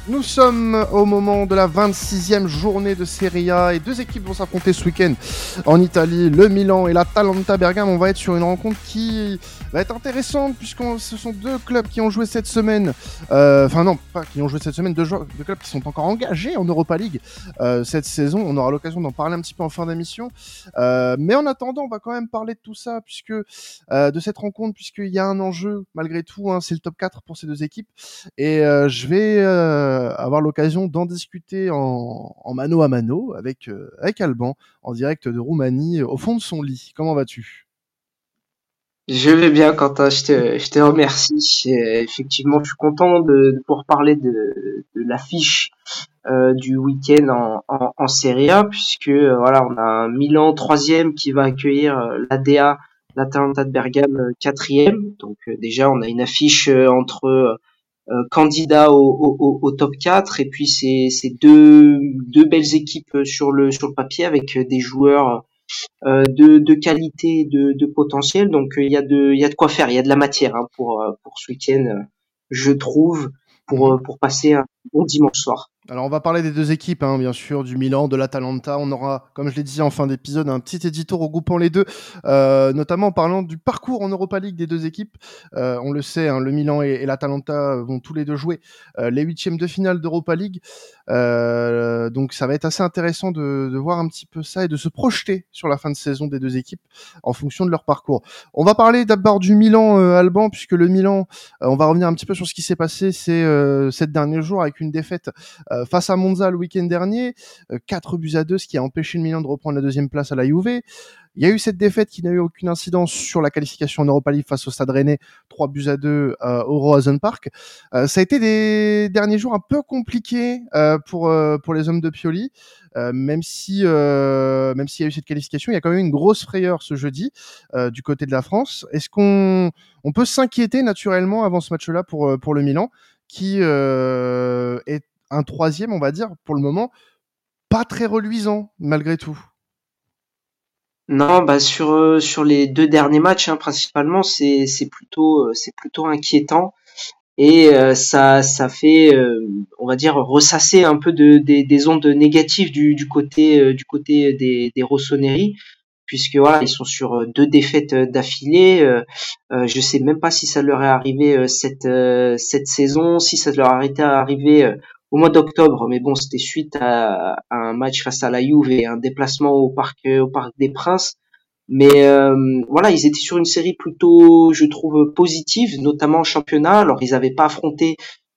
Nous sommes au moment de la 26e journée de Serie A et deux équipes vont s'affronter ce week-end en Italie, le Milan et l'Atalanta Bergame. On va être sur une rencontre qui va être intéressante puisque ce sont deux clubs qui ont joué cette semaine. Enfin non, pas qui ont joué cette semaine, deux clubs qui sont encore engagés en Europa League cette saison. On aura l'occasion d'en parler un petit peu en fin d'émission. Mais en attendant, on va quand même parler de tout ça puisque de cette rencontre puisqu'il y a un enjeu malgré tout. C'est le top 4 pour ces deux équipes et je vais avoir l'occasion d'en discuter en mano à mano avec Alban en direct de Roumanie au fond de son lit. Comment vas-tu ? Je vais bien, Quentin, je te remercie. Effectivement, je suis content de pouvoir parler de l'affiche du week-end en Serie A, puisque voilà, on a un Milan troisième qui va accueillir l'ADA, l'Atalanta de Bergame quatrième. Donc déjà, on a une affiche entre candidats au top 4, et puis c'est deux belles équipes sur le papier avec des joueurs de qualité, de potentiel. Donc il y a de quoi faire, il y a de la matière pour ce week-end, je trouve, pour passer un bon dimanche soir. Alors on va parler des deux équipes, bien sûr, du Milan, de l'Atalanta. On aura, comme je l'ai dit en fin d'épisode, un petit édito regroupant les deux, notamment en parlant du parcours en Europa League des deux équipes. On le sait, le Milan et l'Atalanta vont tous les deux jouer les huitièmes de finale d'Europa League. Donc ça va être assez intéressant de voir un petit peu ça et de se projeter sur la fin de saison des deux équipes en fonction de leur parcours. On va parler d'abord du Milan, Alban, puisque le Milan, on va revenir un petit peu sur ce qui s'est passé ces derniers jours avec une défaite face à Monza le week-end dernier, 4-2, ce qui a empêché le Milan de reprendre la deuxième place à la Juve. Il y a eu cette défaite qui n'a eu aucune incidence sur la qualification en Europa League face au Stade Rennais, 3-2 au Roazhon Park. Ça a été des derniers jours un peu compliqués pour les hommes de Pioli, même s'il y a eu cette qualification, il y a quand même une grosse frayeur ce jeudi du côté de la France. Est-ce qu'on peut s'inquiéter naturellement avant ce match-là pour le Milan, qui est un troisième, on va dire, pour le moment, pas très reluisant, malgré tout. Non, bah sur les deux derniers matchs, principalement, c'est plutôt inquiétant, et ça fait, on va dire, ressasser un peu des ondes négatives du côté des Rossoneri, puisque voilà, ils sont sur deux défaites d'affilée. Je sais même pas si ça leur est arrivé cette saison, si ça leur est arrivé au mois d'octobre, mais bon, c'était suite à un match face à la Juve et un déplacement au Parc des Princes. Mais voilà, ils étaient sur une série plutôt, je trouve, positive, notamment en championnat. Alors, ils n'avaient pas affronté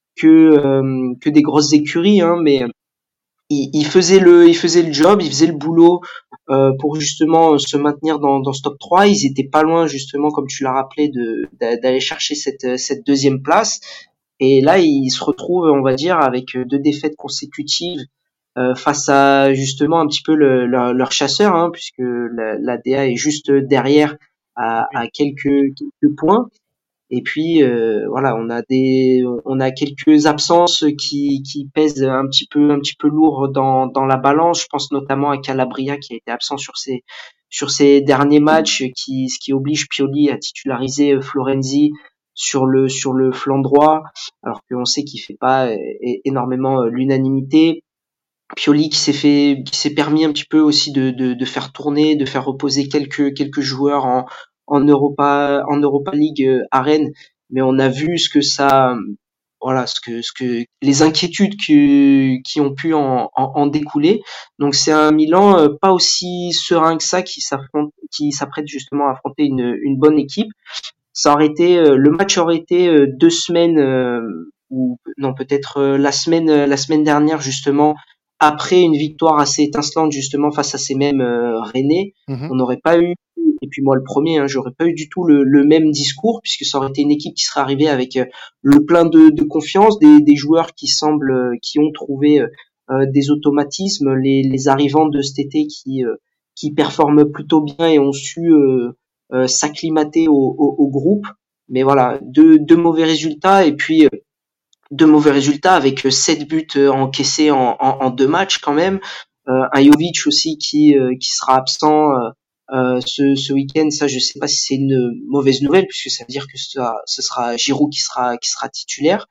que des grosses écuries, mais ils faisaient le job, ils faisaient le boulot pour justement se maintenir dans ce top 3. Ils étaient pas loin, justement, comme tu l'as rappelé, d'aller chercher cette deuxième place. Et là, ils se retrouvent, on va dire, avec deux défaites consécutives face à justement un petit peu leur chasseur, puisque la DA est juste derrière à quelques points. Et puis voilà, on a quelques absences qui pèsent un petit peu lourd dans la balance. Je pense notamment à Calabria qui a été absent sur ces derniers matchs, ce qui oblige Pioli à titulariser Florenzi sur le flanc droit, alors qu'on sait qu'il fait pas énormément l'unanimité. Pioli qui s'est permis un petit peu aussi de faire tourner, de faire reposer quelques joueurs en Europa League à Rennes, mais on a vu ce que ça, voilà, ce que les inquiétudes qui ont pu en découler. Donc c'est un Milan pas aussi serein que ça, qui s'apprête justement à affronter une bonne équipe. Le match aurait été 2 semaines, ou non, peut-être la semaine dernière, justement, après une victoire assez étincelante justement face à ces mêmes Rennais. Mm-hmm. On n'aurait pas eu, et puis moi le premier, j'aurais pas eu du tout le même discours, puisque ça aurait été une équipe qui serait arrivée avec le plein de confiance, des joueurs qui ont trouvé des automatismes, les arrivants de cet été qui performent plutôt bien et ont su s'acclimater au groupe. Mais voilà, deux mauvais résultats, et puis deux mauvais résultats avec 7 buts encaissés en deux matchs quand même. Un Jovic aussi qui sera absent ce week-end. Ça, je sais pas si c'est une mauvaise nouvelle, puisque ça veut dire que ce sera Giroud qui sera titulaire.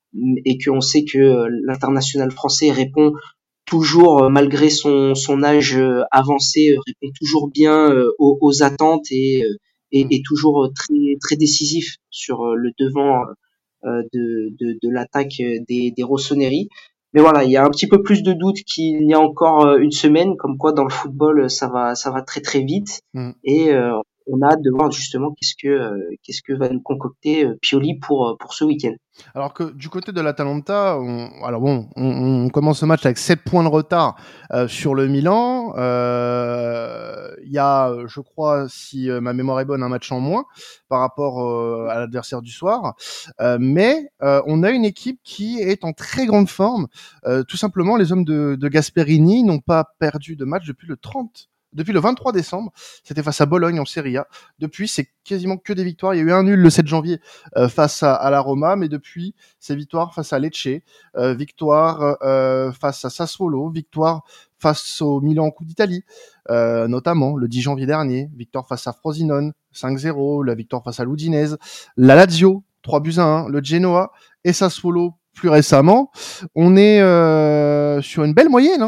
et qu'on sait que l'international français répond toujours, malgré son âge avancé, répond toujours bien aux attentes et toujours très décisif sur le devant de l'attaque des Rossoneri. Mais voilà, il y a un petit peu plus de doute qu'il n'y a encore une semaine, comme quoi dans le football ça va très très vite Mm. et on a hâte de voir justement qu'est-ce que va nous concocter Pioli pour ce week-end. Alors que du côté de l'Atalanta, on commence ce match avec 7 points de retard sur le Milan. Il y a, je crois, si ma mémoire est bonne, un match en moins par rapport à l'adversaire du soir. Mais on a une équipe qui est en très grande forme. Tout simplement, les hommes de Gasperini n'ont pas perdu de match depuis le 23 décembre. C'était face à Bologne en Serie A. Depuis, c'est quasiment que des victoires. Il y a eu un nul le 7 janvier face à la Roma, mais depuis, c'est victoire face à Lecce, victoire face à Sassuolo, victoire face au Milan en Coupe d'Italie, notamment le 10 janvier dernier, victoire face à Frosinone, 5-0, la victoire face à l'Udinese, la Lazio, 3-1, le Genoa et Sassuolo plus récemment. On est sur une belle moyenne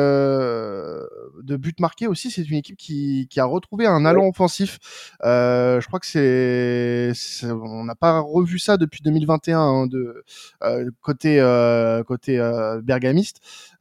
de buts marqués aussi. C'est une équipe qui a retrouvé un allant offensif. Je crois que on n'a pas revu ça depuis 2021 côté bergamiste.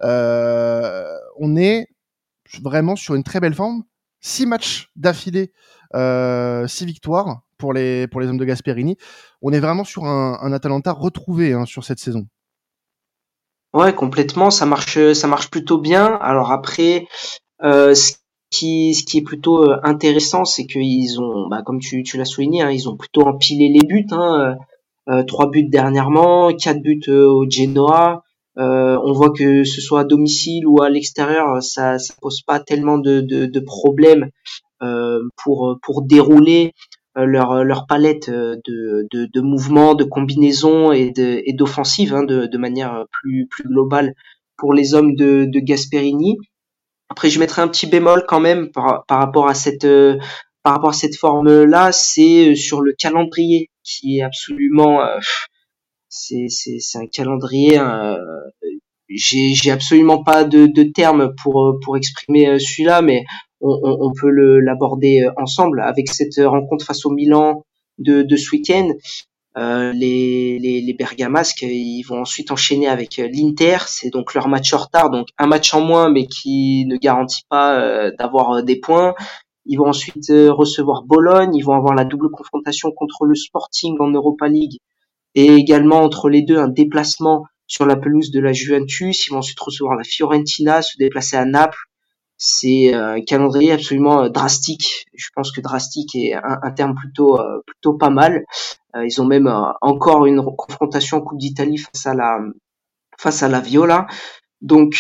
On est vraiment sur une très belle forme. 6 matchs d'affilée, 6 victoires pour les hommes de Gasperini. On est vraiment sur un Atalanta retrouvé sur cette saison. Ouais, complètement, ça marche plutôt bien. Alors après, ce qui est plutôt intéressant, c'est qu'ils ont, bah, comme tu l'as souligné, hein, ils ont plutôt empilé les buts. Hein, 3 buts dernièrement, 4 buts au Genoa. On voit que ce soit à domicile ou à l'extérieur, ça pose pas tellement de problèmes pour dérouler leur palette de mouvements, de combinaisons et d'offensives hein, de manière plus globale pour les hommes de Gasperini. Après, je mettrai un petit bémol quand même par rapport à cette forme-là, c'est sur le calendrier qui est absolument c'est un calendrier j'ai absolument pas de termes pour exprimer celui-là, mais on peut l'aborder ensemble avec cette rencontre face au Milan de ce week-end. Les Bergamasques, ils vont ensuite enchaîner avec l'Inter, c'est donc leur match en retard, donc un match en moins, mais qui ne garantit pas d'avoir des points. Ils vont ensuite recevoir Bologne, ils vont avoir la double confrontation contre le Sporting en Europa League, et également entre les deux un déplacement sur la pelouse de la Juventus. Ils vont ensuite recevoir la Fiorentina, se déplacer à Naples. C'est un calendrier absolument drastique. Je pense que drastique est un terme plutôt pas mal. Ils ont même encore une confrontation en Coupe d'Italie face à la Viola. Donc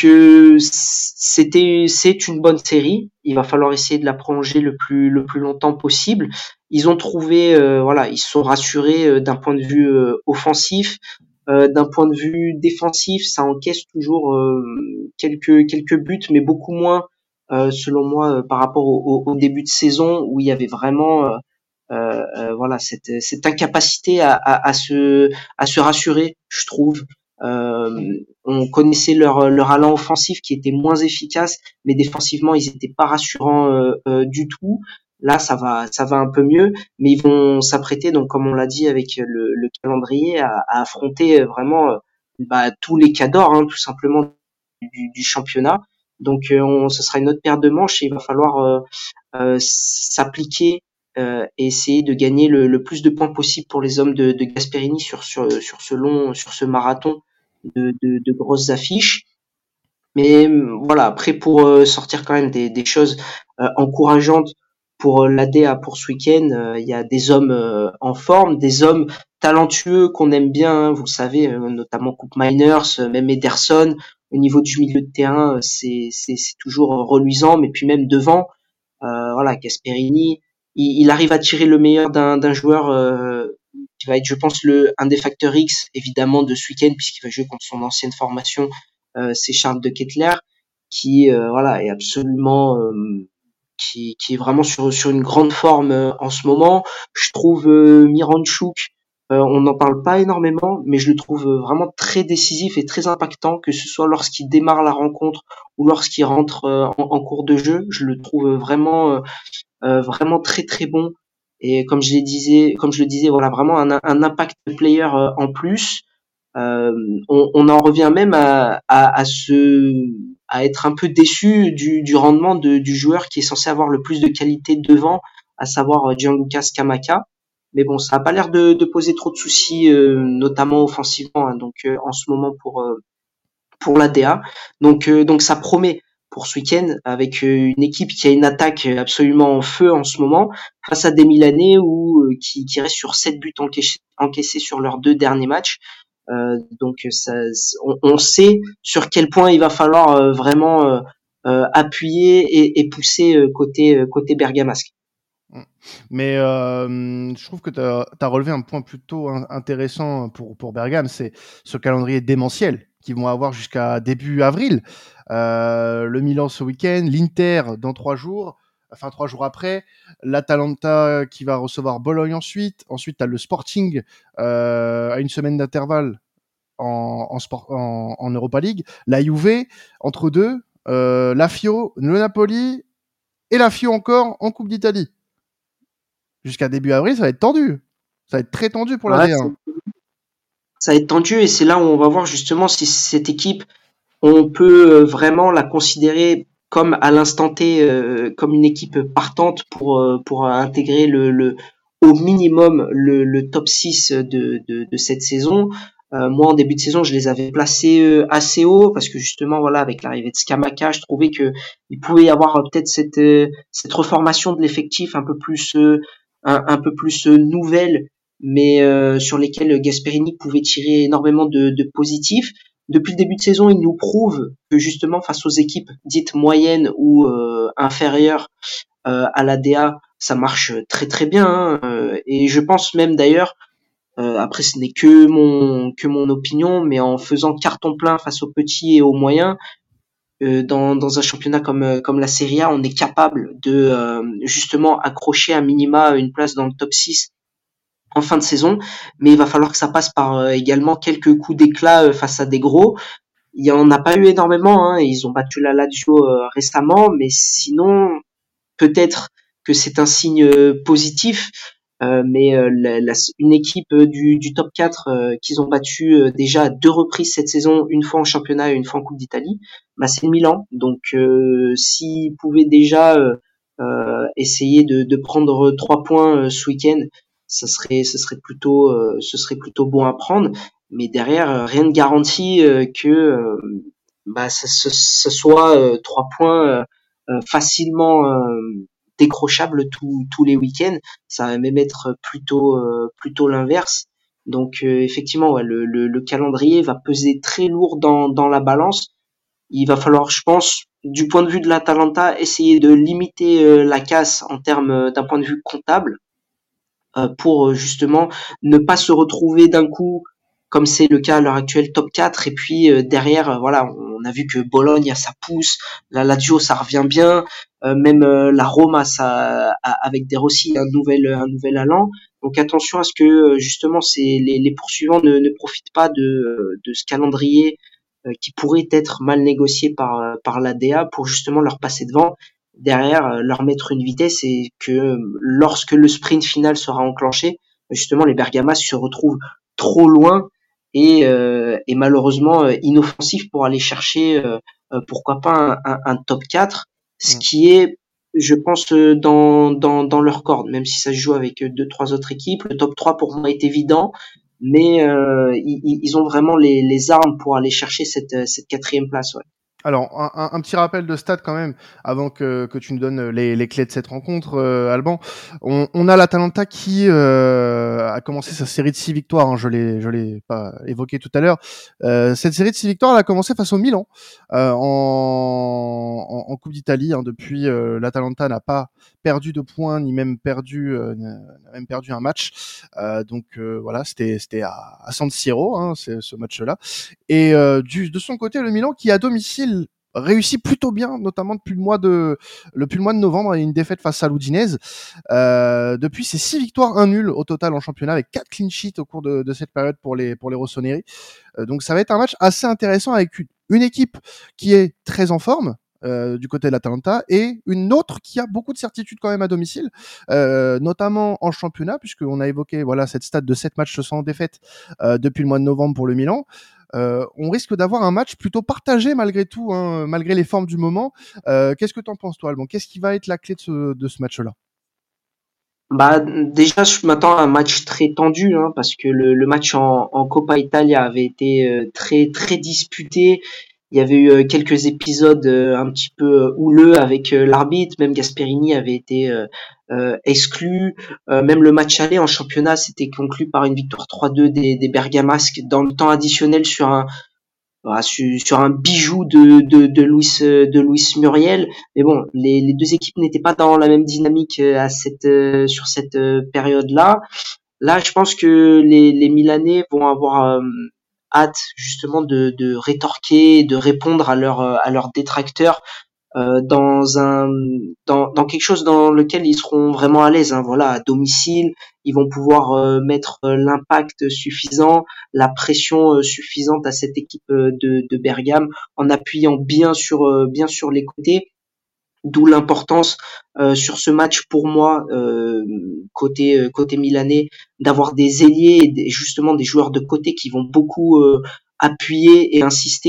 c'est une bonne série. Il va falloir essayer de la prolonger le plus longtemps possible. Ils ont trouvé voilà, ils se sont rassurés d'un point de vue offensif. D'un point de vue défensif, ça encaisse toujours quelques buts, mais beaucoup moins, selon moi, par rapport au début de saison où il y avait vraiment voilà cette incapacité à se rassurer, je trouve. On connaissait leur allant offensif qui était moins efficace, mais défensivement ils étaient pas rassurants du tout. Là ça va un peu mieux, mais ils vont s'apprêter donc comme on l'a dit avec le calendrier à affronter vraiment bah, tous les cadors hein, tout simplement du championnat. Donc ce sera une autre paire de manches et il va falloir s'appliquer et essayer de gagner le plus de points possible pour les hommes de Gasperini sur ce marathon de grosses affiches. Mais voilà, après pour sortir quand même des choses encourageantes pour l'ADA pour ce week-end, il y a des hommes en forme, des hommes talentueux qu'on aime bien, hein, vous le savez, notamment Coop Miners, même Ederson. Au niveau du milieu de terrain, c'est toujours reluisant, mais puis même devant, voilà, Gasperini, il arrive à tirer le meilleur d'un joueur qui va être, je pense, un des facteurs X évidemment de ce week-end puisqu'il va jouer contre son ancienne formation, c'est Charles de Ketteler qui voilà est absolument qui est vraiment sur une grande forme en ce moment. Je trouve Miranchuk On n'en parle pas énormément, mais je le trouve vraiment très décisif et très impactant, que ce soit lorsqu'il démarre la rencontre ou lorsqu'il rentre en cours de jeu. Je le trouve vraiment très très bon. Et comme je le disais, voilà, vraiment un impact player en plus. On en revient même à être un peu déçu du rendement du joueur qui est censé avoir le plus de qualité devant, à savoir Gianluca Scamacca. Mais bon, ça a pas l'air de poser trop de soucis, notamment offensivement, hein, donc en ce moment pour l'ADA. Donc ça promet pour ce week-end avec une équipe qui a une attaque absolument en feu en ce moment face à des Milanais qui restent sur 7 buts encaissés sur leurs 2 derniers matchs. Donc on sait sur quel point il va falloir vraiment appuyer et pousser côté bergamasque. Mais je trouve que tu as relevé un point plutôt intéressant pour Bergame, c'est ce calendrier démentiel qu'ils vont avoir jusqu'à début avril. Le Milan ce week-end, l'Inter dans 3 jours, enfin 3 jours après, l'Atalanta qui va recevoir Bologne ensuite. Ensuite, tu as le Sporting à une semaine d'intervalle en Europa League. La Juve, entre deux, la Fio, le Napoli et la Fio encore en Coupe d'Italie. Jusqu'à début avril, ça va être tendu. Ça va être très tendu pour la Ouais, D1. ça va être tendu et c'est là où on va voir justement si cette équipe, on peut vraiment la considérer comme à l'instant T, comme une équipe partante pour intégrer au minimum le top 6 de cette saison. Moi, en début de saison, je les avais placés assez haut parce que justement, voilà, avec l'arrivée de Scamacca, je trouvais que il pouvait y avoir peut-être cette reformation de l'effectif un peu plus nouvelle, mais sur lesquelles Gasperini pouvait tirer énormément de positifs. Depuis le début de saison, il nous prouve que justement face aux équipes dites moyennes ou inférieures à la DA, ça marche très très bien. Hein, et je pense même d'ailleurs, après ce n'est que mon opinion, mais en faisant carton plein face aux petits et aux moyens, dans un championnat comme la Serie A, on est capable de justement accrocher à minima une place dans le top 6 en fin de saison. Mais il va falloir que ça passe par également quelques coups d'éclat face à des gros. Il y en a pas eu énormément, hein. Ils ont battu la Lazio récemment, mais sinon, peut-être que c'est un signe positif. Mais une équipe du top 4 qu'ils ont battu déjà à 2 reprises cette saison, une fois en championnat et une fois en Coupe d'Italie, bah c'est le Milan. Donc s'ils pouvaient déjà essayer de prendre 3 points ce week-end, ce serait plutôt bon à prendre. Mais derrière, rien ne garantit que bah, ce soit 3 points facilement décrochables tous les week-ends. Ça va même être plutôt l'inverse. Donc effectivement, ouais, le calendrier va peser très lourd dans la balance. Il va falloir, je pense, du point de vue de l'Atalanta, essayer de limiter la casse en termes d'un point de vue comptable pour justement ne pas se retrouver d'un coup comme c'est le cas à l'heure actuelle top 4 et puis derrière voilà on a vu que Bologne ça pousse, la Lazio ça revient bien, même la Roma ça avec des Rossi un nouvel allant. Donc attention à ce que justement les poursuivants ne profitent pas de ce calendrier qui pourrait être mal négocié par l'ADA pour justement leur passer devant, derrière leur mettre une vitesse et que lorsque le sprint final sera enclenché, justement les Bergamas se retrouvent trop loin et malheureusement inoffensifs pour aller chercher pourquoi pas un top 4, ce qui est je pense dans leur corde, même si ça se joue avec 2 3 autres équipes. Le top 3 pour moi est évident, mais ils ont vraiment les armes pour aller chercher cette 4e place. Ouais. Alors, un petit rappel de stats quand même, avant que tu nous donnes les clés de cette rencontre, Alban. On a l'Atalanta qui a commencé sa série de 6 victoires, hein, je l'ai pas évoqué tout à l'heure. Cette série de 6 victoires, elle a commencé face au Milan en Coupe d'Italie. Hein, depuis, l'Atalanta n'a pas perdu de points, ni même n'a même perdu un match. Donc voilà, c'était à San Siro, hein, ce match-là. Et de son côté, le Milan qui à domicile réussi plutôt bien, notamment depuis le mois de novembre, et une défaite face à l'Udinese. Depuis, c'est 6 victoires, 1 nul au total en championnat, avec 4 clean sheets au cours de cette période pour les rossoneri. Donc ça va être un match assez intéressant, avec une équipe qui est très en forme, du côté de l'Atalanta, et une autre qui a beaucoup de certitudes quand même à domicile, notamment en championnat, puisqu'on a évoqué cette stat de 7 matchs sans défaite depuis le mois de novembre pour le Milan. On risque d'avoir un match plutôt partagé malgré tout, hein, malgré les formes du moment. Qu'est-ce que t'en penses, toi, Alban? Qu'est-ce qui va être la clé de ce match-là? Bah, déjà, je m'attends à un match très tendu, hein, parce que le match en Coppa Italia avait été très très disputé. Il y avait eu quelques épisodes un petit peu houleux avec l'arbitre. Même Gasperini avait été exclu. Même le match aller en championnat s'était conclu par une victoire 3-2 des Bergamasques dans le temps additionnel sur un bijou de Luis Muriel. Mais bon, les deux équipes n'étaient pas dans la même dynamique sur cette période-là. Là, je pense que les Milanais vont avoir hâte justement de rétorquer, de répondre à leurs détracteurs dans dans quelque chose dans lequel ils seront vraiment à l'aise, hein. Voilà, à domicile, ils vont pouvoir mettre l'impact suffisant, la pression suffisante à cette équipe de Bergame, en appuyant bien sur les côtés. D'où l'importance sur ce match pour moi, côté milanais, d'avoir des ailiers et justement des joueurs de côté qui vont beaucoup appuyer et insister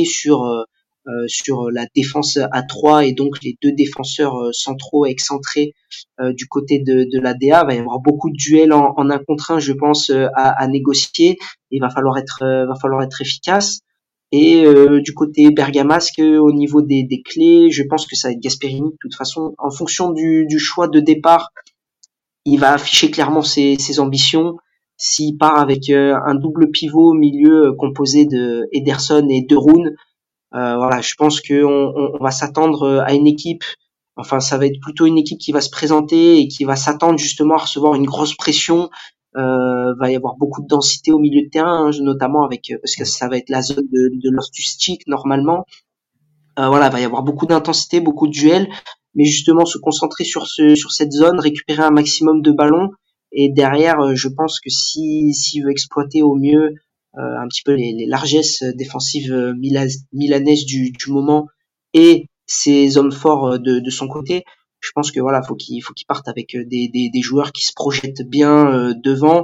sur la défense à 3, et donc les deux défenseurs centraux excentrés du côté de la DA. Il va y avoir beaucoup de duels en un contre un, je pense, à négocier. Il va falloir être efficace. Et du côté bergamasque, au niveau des clés, je pense que ça va être Gasperini. De toute façon, en fonction du choix de départ, il va afficher clairement ses ambitions. S'il part avec un double pivot au milieu composé de Ederson et De Roon, voilà, je pense qu'on va s'attendre à une équipe. Enfin, ça va être plutôt une équipe qui va se présenter et qui va s'attendre justement à recevoir une grosse pression. Va y avoir beaucoup de densité au milieu de terrain, hein, notamment avec parce que ça va être la zone de l'Ostustic normalement. Voilà, va y avoir beaucoup d'intensité, beaucoup de duels, mais justement se concentrer sur cette zone, récupérer un maximum de ballons, et derrière, je pense que s'il veut exploiter au mieux un petit peu les largesses défensives milanaises du moment et ses hommes forts de son côté, je pense que voilà, faut qu'il parte avec des joueurs qui se projettent bien devant.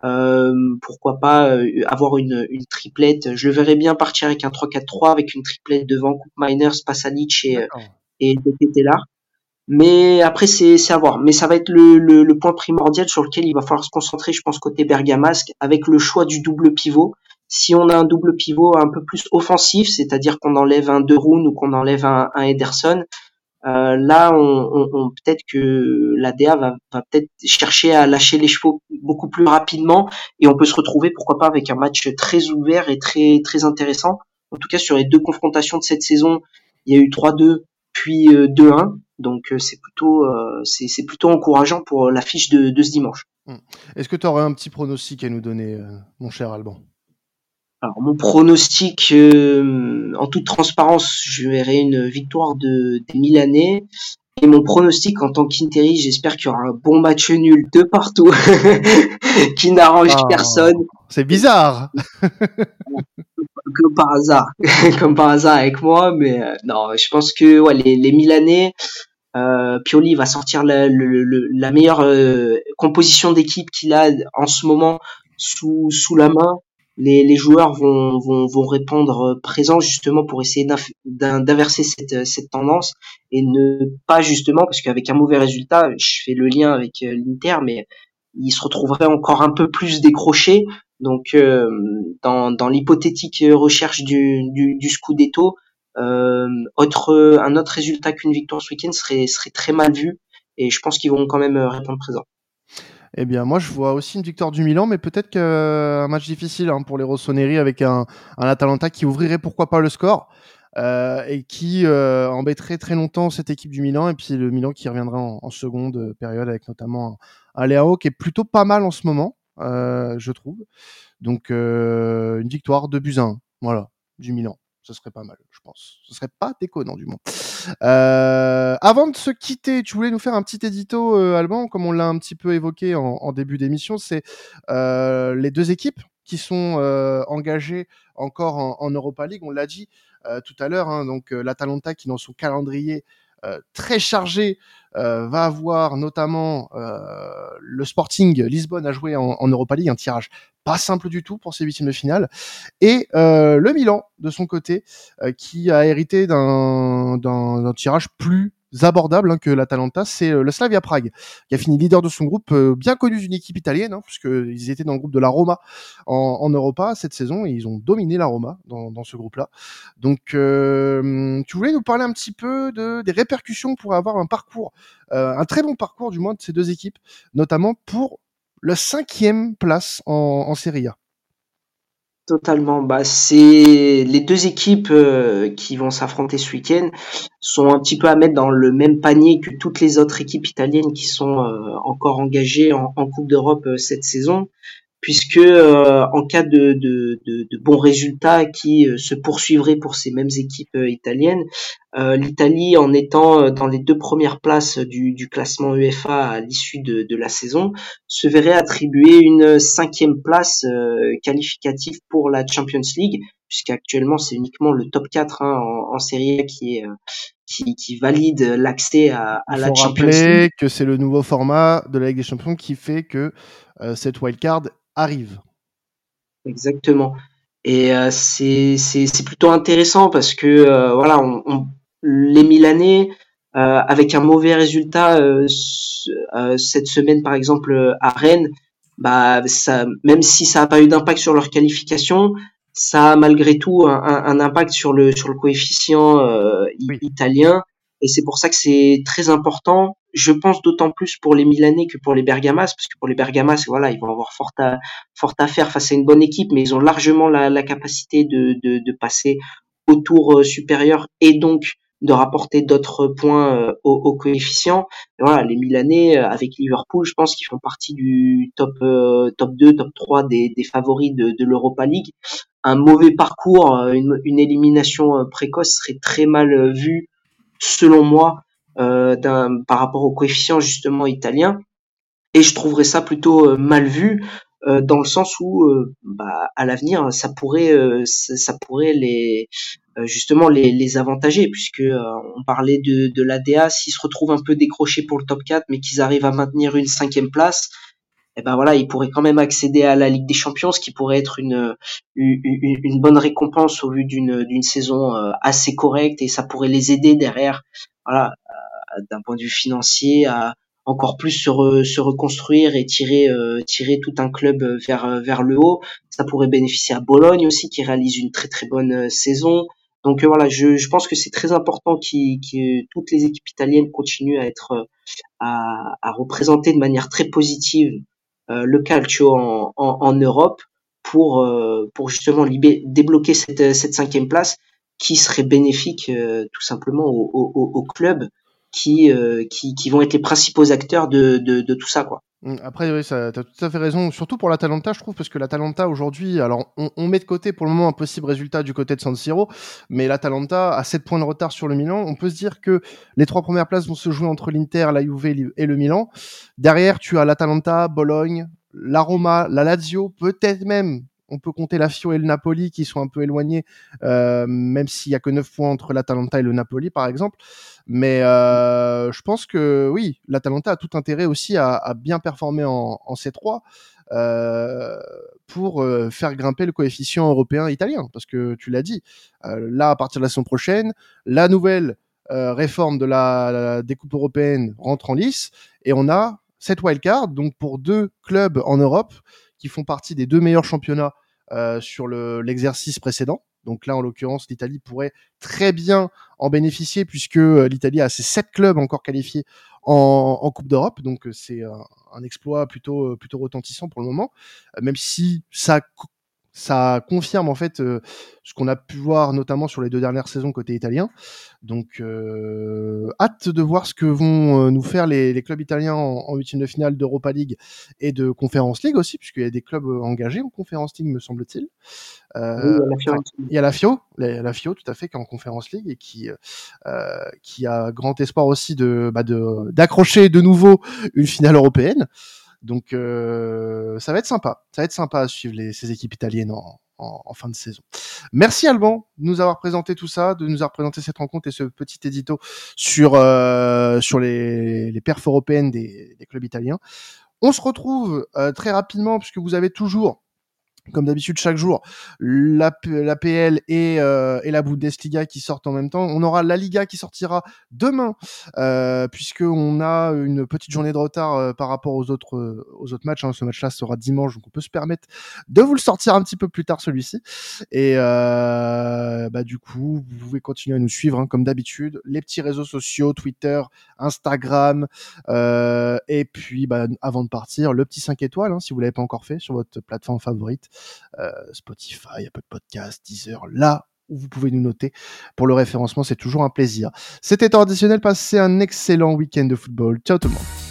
Pourquoi pas avoir une triplette. Je le verrais bien partir avec un 3-4-3 avec une triplette devant Koop Miners, Pasalic D'accord. et Tetelar. Mais après, c'est à voir. Mais ça va être le point primordial sur lequel il va falloir se concentrer, je pense, côté bergamasque, avec le choix du double pivot. Si on a un double pivot un peu plus offensif, c'est-à-dire qu'on enlève un De Roon ou qu'on enlève un Ederson, là, peut-être que l'ADA va peut-être chercher à lâcher les chevaux beaucoup plus rapidement, et on peut se retrouver, pourquoi pas, avec un match très ouvert et très très intéressant. En tout cas, sur les deux confrontations de cette saison, il y a eu 3-2 puis 2-1, donc c'est plutôt encourageant pour l'affiche de ce dimanche. Est-ce que tu aurais un petit pronostic à nous donner, mon cher Alban? Alors mon pronostic, en toute transparence, je verrai une victoire des Milanais. Et mon pronostic en tant qu'Interi, j'espère qu'il y aura un bon match nul de partout, qui n'arrange personne. C'est bizarre. Comme par hasard, comme par hasard avec moi, mais non, je pense que ouais, les Milanais, Pioli va sortir la meilleure composition d'équipe qu'il a en ce moment sous la main. Les joueurs vont répondre présent justement pour essayer d'inverser cette tendance, et ne pas justement, parce qu'avec un mauvais résultat, je fais le lien avec l'Inter, mais il se retrouverait encore un peu plus décroché. Donc dans l'hypothétique recherche du Scudetto, un autre résultat qu'une victoire ce week-end serait très mal vu, et je pense qu'ils vont quand même répondre présent. Eh bien, moi, je vois aussi une victoire du Milan, mais peut-être qu'un match difficile, hein, pour les rossoneri, avec un Atalanta qui ouvrirait pourquoi pas le score, et qui embêterait très longtemps cette équipe du Milan, et puis le Milan qui reviendra en seconde période, avec notamment un Leao qui est plutôt pas mal en ce moment, je trouve. Donc une victoire 2-1, voilà, du Milan, ce serait pas mal, je pense. pense. Ce serait pas déconnant, du moins. Avant de se quitter, tu voulais nous faire un petit édito, Alban, comme on l'a un petit peu évoqué en début d'émission, c'est les deux équipes qui sont engagées encore en Europa League, on l'a dit tout à l'heure, hein, donc l'Atalanta qui dans son calendrier très chargé va avoir notamment le Sporting Lisbonne à jouer en Europa League, un tirage pas simple du tout pour ces huitièmes de finale, et le Milan de son côté qui a hérité d'un tirage plus abordable que l'Atalanta, c'est le Slavia Prague qui a fini leader de son groupe, bien connu d'une équipe italienne, hein, puisqu'ils étaient dans le groupe de la Roma en Europa cette saison et ils ont dominé la Roma dans ce groupe-là. Donc tu voulais nous parler un petit peu des répercussions que pourrait avoir un parcours, un très bon parcours du moins de ces deux équipes, notamment pour le 5e place en Serie A. Totalement. Bah, c'est les deux équipes qui vont s'affronter ce week-end sont un petit peu à mettre dans le même panier que toutes les autres équipes italiennes qui sont encore engagées en Coupe d'Europe cette saison, puisque en cas de bons résultats qui se poursuivraient pour ces mêmes équipes italiennes, l'Italie, en étant dans les deux premières places du classement UEFA à l'issue de la saison, se verrait attribuer une 5e place qualificative pour la Champions League, puisqu'actuellement c'est uniquement le top 4 en Serie A qui valide l'accès à la Champions League. Il faut rappeler que c'est le nouveau format de la Ligue des Champions qui fait que cette wildcard arrive. Exactement. Et c'est plutôt intéressant parce que voilà, les Milanais avec un mauvais résultat cette semaine par exemple à Rennes, bah ça, même si ça n'a pas eu d'impact sur leur qualification, ça a malgré tout un impact sur le coefficient Oui. italien, et c'est pour ça que c'est très important. Je pense d'autant plus pour les Milanais que pour les Bergamasques, parce que pour les Bergamasques, voilà, ils vont avoir fort à faire face à une bonne équipe, mais ils ont largement la capacité de passer au tour supérieur et donc de rapporter d'autres points au coefficient. Et voilà, les Milanais avec Liverpool, je pense qu'ils font partie du top 2, top 3 des favoris de l'Europa League. Un mauvais parcours, une élimination précoce serait très mal vue selon moi par rapport au coefficient justement italien, et je trouverais ça plutôt mal vu dans le sens où bah, à l'avenir ça pourrait les justement les avantager, puisque on parlait de l'ADA, s'ils se retrouvent un peu décrochés pour le top 4 mais qu'ils arrivent à maintenir une 5e place, et ben voilà, ils pourraient quand même accéder à la Ligue des Champions, ce qui pourrait être une bonne récompense au vu d'une saison assez correcte, et ça pourrait les aider derrière, voilà, d'un point de vue financier, à encore plus se reconstruire et tirer tout un club vers le haut. Ça pourrait bénéficier à Bologne aussi, qui réalise une très très bonne saison. Donc voilà, je pense que c'est très important que toutes les équipes italiennes continuent à être à représenter de manière très positive le calcio en Europe pour justement débloquer cette 5e place qui serait bénéfique tout simplement aux clubs qui vont être les principaux acteurs de tout ça, quoi. Après, oui, t'as tout à fait raison, surtout pour l'Atalanta, je trouve, parce que l'Atalanta aujourd'hui, alors on met de côté pour le moment un possible résultat du côté de San Siro, mais l'Atalanta a 7 points de retard sur le Milan. On peut se dire que les 3 premières places vont se jouer entre l'Inter, la Juve et le Milan. Derrière, tu as l'Atalanta, Bologne, la Roma, la Lazio, peut-être même on peut compter la Fio et le Napoli qui sont un peu éloignés, même s'il y a que 9 points entre l'Atalanta et le Napoli, par exemple. Mais je pense que oui, l'Atalanta a tout intérêt aussi à bien performer en C3 pour faire grimper le coefficient européen italien. Parce que tu l'as dit, là, à partir de la saison prochaine, la nouvelle réforme de des coupes européennes rentre en lice et on a cette wildcard, donc pour 2 clubs en Europe qui font partie des 2 meilleurs championnats sur l'exercice précédent. Donc là, en l'occurrence, l'Italie pourrait très bien en bénéficier puisque l'Italie a ses 7 clubs encore qualifiés en Coupe d'Europe. Donc c'est un exploit plutôt retentissant pour le moment, même si ça ça confirme en fait ce qu'on a pu voir notamment sur les 2 dernières saisons côté italien. Donc hâte de voir ce que vont nous faire les clubs italiens en huitième de finale d'Europa League et de Conference League aussi, puisqu'il y a des clubs engagés en Conference League, me semble-t-il. Oui, il y a la Fiorentina. Il y a la FIO tout à fait, qui est en Conference League et qui a grand espoir aussi d'accrocher de nouveau une finale européenne. Donc ça va être sympa. Ça va être sympa à suivre ces équipes italiennes en fin de saison. Merci Alban de nous avoir présenté tout ça, de nous avoir présenté cette rencontre et ce petit édito sur les perfs européennes des clubs italiens. On se retrouve très rapidement puisque vous avez toujours, comme d'habitude chaque jour, la PL et la Bundesliga qui sortent en même temps. On aura la Liga qui sortira demain, puisque on a une petite journée de retard par rapport aux autres matchs. Hein. Ce match-là sera dimanche, donc on peut se permettre de vous le sortir un petit peu plus tard celui-ci. Et du coup, vous pouvez continuer à nous suivre comme d'habitude, les petits réseaux sociaux, Twitter, Instagram, et puis avant de partir, le petit 5 étoiles si vous l'avez pas encore fait sur votre plateforme favorite. Spotify, Apple Podcast, Deezer, là où vous pouvez nous noter pour le référencement, c'est toujours un plaisir. C'était Traditionnel, passez un excellent week-end de football. Ciao tout le monde.